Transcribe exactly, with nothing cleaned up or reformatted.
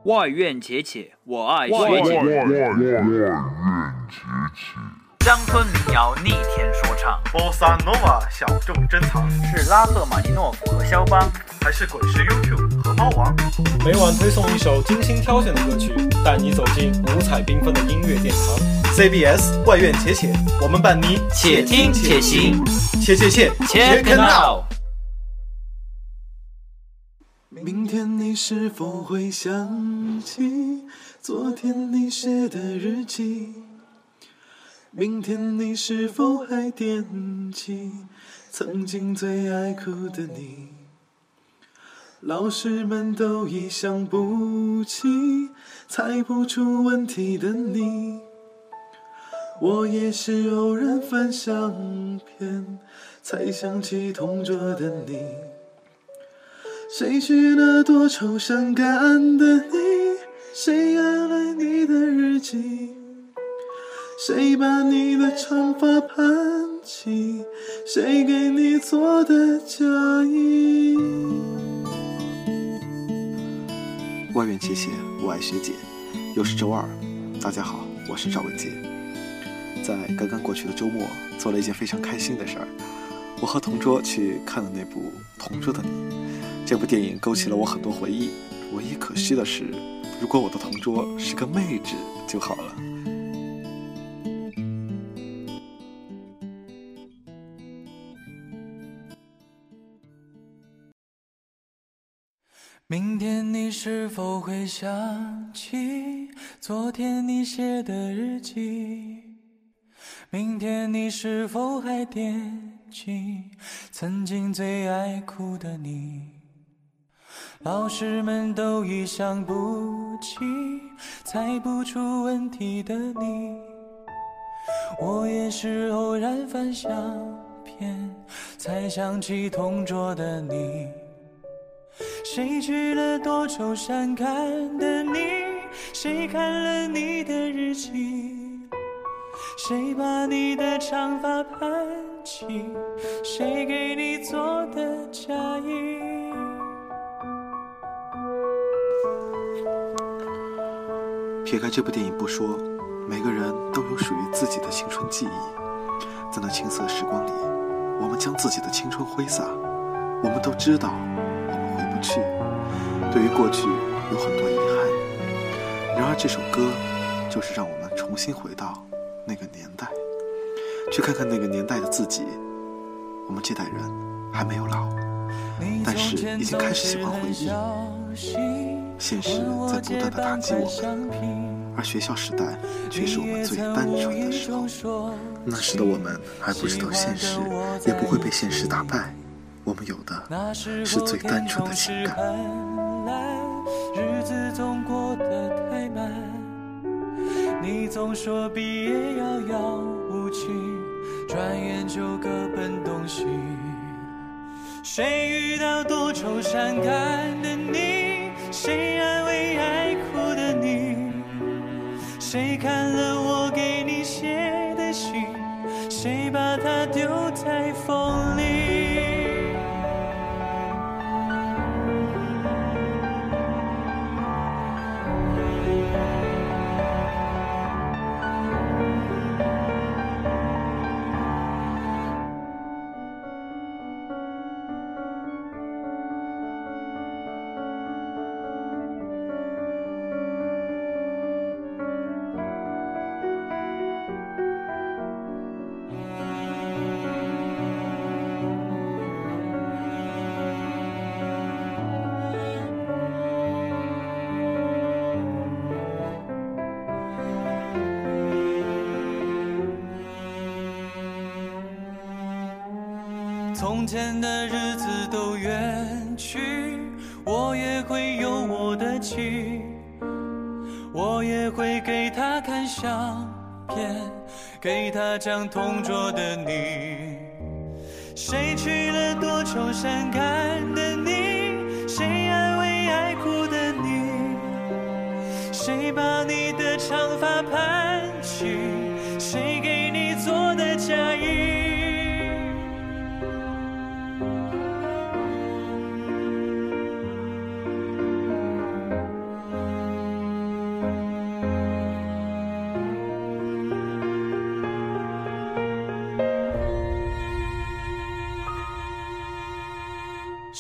外院且且，我爱学姐。乡村民谣逆天说唱， 波萨诺瓦小众珍藏， 是拉赫玛尼诺夫和肖邦， 还是滚石 YouTube 和猫王？ 每晚推送一首精心挑选的歌曲，带你走进五彩缤纷的音乐殿堂。 C B S 外院且且，我们伴你且听且行， 且且且 Check it out。 明天你是否会想起昨天你写的日记？明天你是否还惦记曾经最爱哭的你？老师们都已想不起猜不出问题的你，我也是偶然翻相片才想起同桌的你。谁许了多愁善感的你？谁按了你的日记？谁把你的长发盘起？谁给你做的嫁衣？ 外院且且，我爱学姐。又是周二，大家好，我是赵文杰。在刚刚过去的周末，做了一件非常开心的事儿。我和同桌去看了那部《同桌的你》。这部电影勾起了我很多回忆，唯一可惜的是，如果我的同桌是个妹纸就好了。 明天你是否会想起昨天你写的日记？明天你是否还惦记曾经最爱哭的你？老师们都已想不起猜不出问题的你，我也是偶然翻相片才想起同桌的你。谁娶了多愁善感的你？谁看了你的日记？谁把你的长发盘起？谁给你做的嫁衣？ 撇开这部电影不说，每个人都有属于自己的青春记忆。在那青涩时光里，我们将自己的青春挥洒。我们都知道我们回不去，对于过去有很多遗憾。然而这首歌就是让我们重新回到那个年代，去看看那个年代的自己。我们这代人还没有老，但是已经开始喜欢回忆。现实在不断地打击我们，而学校时代却是我们最单纯的时候。那时的我们还不知道现实，也不会被现实打败。我们有的是最单纯的情感。 日子总过得太慢，你总说毕业遥遥无期，转眼就各奔东西。谁遇到多愁善感的你？谁安慰爱哭的你？谁看了我给你写的信？谁把它丢在风里？从前的日子都远去，我也会有我的妻，我也会给他看相片，给他讲同桌的你。谁娶了多愁善感的你？谁安慰爱哭的你？谁把你的长发盘起？谁给你做的嫁衣？